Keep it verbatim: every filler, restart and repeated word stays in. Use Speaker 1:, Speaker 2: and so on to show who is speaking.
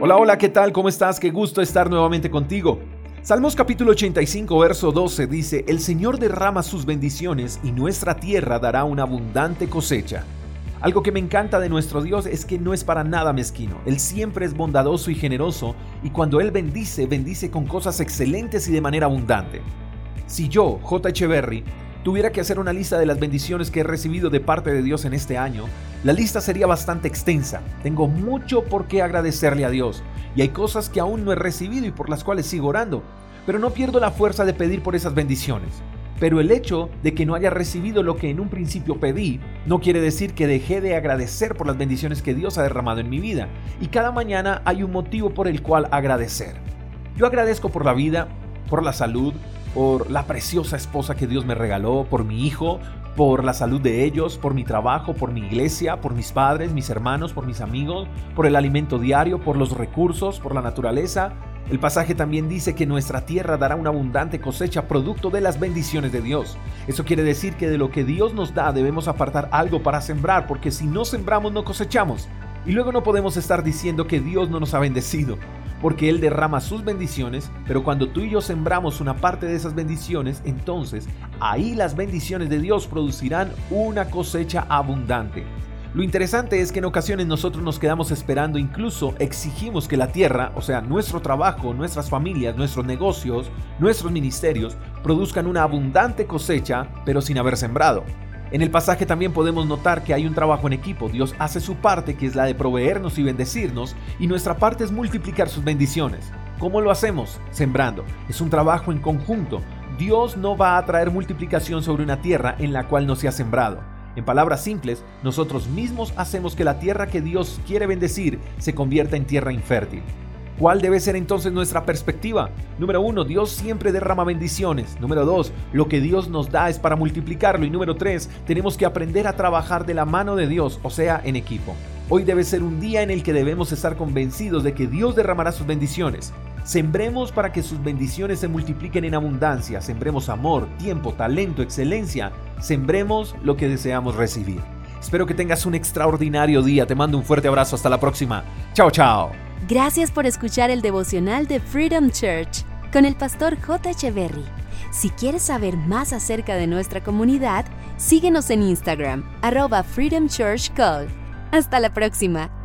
Speaker 1: Hola, hola, ¿qué tal? ¿Cómo estás? Qué gusto estar nuevamente contigo. Salmos capítulo ochenta y cinco, verso doce dice: El Señor derrama sus bendiciones y nuestra tierra dará una abundante cosecha. Algo que me encanta de nuestro Dios es que no es para nada mezquino. Él siempre es bondadoso y generoso, y cuando Él bendice, bendice con cosas excelentes y de manera abundante. Si yo, J. Echeverry, tuviera que hacer una lista de las bendiciones que he recibido de parte de Dios en este año, la lista sería bastante extensa. Tengo mucho por qué agradecerle a Dios, y hay cosas que aún no he recibido y por las cuales sigo orando, pero no pierdo la fuerza de pedir por esas bendiciones. Pero el hecho de que no haya recibido lo que en un principio pedí, no quiere decir que dejé de agradecer por las bendiciones que Dios ha derramado en mi vida, y cada mañana hay un motivo por el cual agradecer. Yo agradezco por la vida, por la salud, por la preciosa esposa que Dios me regaló, por mi hijo, por la salud de ellos, por mi trabajo, por mi iglesia, por mis padres, mis hermanos, por mis amigos, por el alimento diario, por los recursos, por la naturaleza. El pasaje también dice que nuestra tierra dará una abundante cosecha producto de las bendiciones de Dios. Eso quiere decir que de lo que Dios nos da debemos apartar algo para sembrar, porque si no sembramos no cosechamos. Y luego no podemos estar diciendo que Dios no nos ha bendecido, porque Él derrama sus bendiciones, pero cuando tú y yo sembramos una parte de esas bendiciones, entonces ahí las bendiciones de Dios producirán una cosecha abundante. Lo interesante es que en ocasiones nosotros nos quedamos esperando, incluso exigimos que la tierra, o sea, nuestro trabajo, nuestras familias, nuestros negocios, nuestros ministerios, produzcan una abundante cosecha, pero sin haber sembrado. En el pasaje también podemos notar que hay un trabajo en equipo. Dios hace su parte, que es la de proveernos y bendecirnos, y nuestra parte es multiplicar sus bendiciones. ¿Cómo lo hacemos? Sembrando. Es un trabajo en conjunto. Dios no va a traer multiplicación sobre una tierra en la cual no se ha sembrado. En palabras simples, nosotros mismos hacemos que la tierra que Dios quiere bendecir se convierta en tierra infértil. ¿Cuál debe ser entonces nuestra perspectiva? Número uno, Dios siempre derrama bendiciones. Número dos, lo que Dios nos da es para multiplicarlo. Y número tres, tenemos que aprender a trabajar de la mano de Dios, o sea, en equipo. Hoy debe ser un día en el que debemos estar convencidos de que Dios derramará sus bendiciones. Sembremos para que sus bendiciones se multipliquen en abundancia. Sembremos amor, tiempo, talento, excelencia. Sembremos lo que deseamos recibir. Espero que tengas un extraordinario día. Te mando un fuerte abrazo. Hasta la próxima. Chao, chao.
Speaker 2: Gracias por escuchar el devocional de Freedom Church con el pastor J. Echeverry. Si quieres saber más acerca de nuestra comunidad, síguenos en Instagram, arroba Freedom Church Call. Hasta la próxima.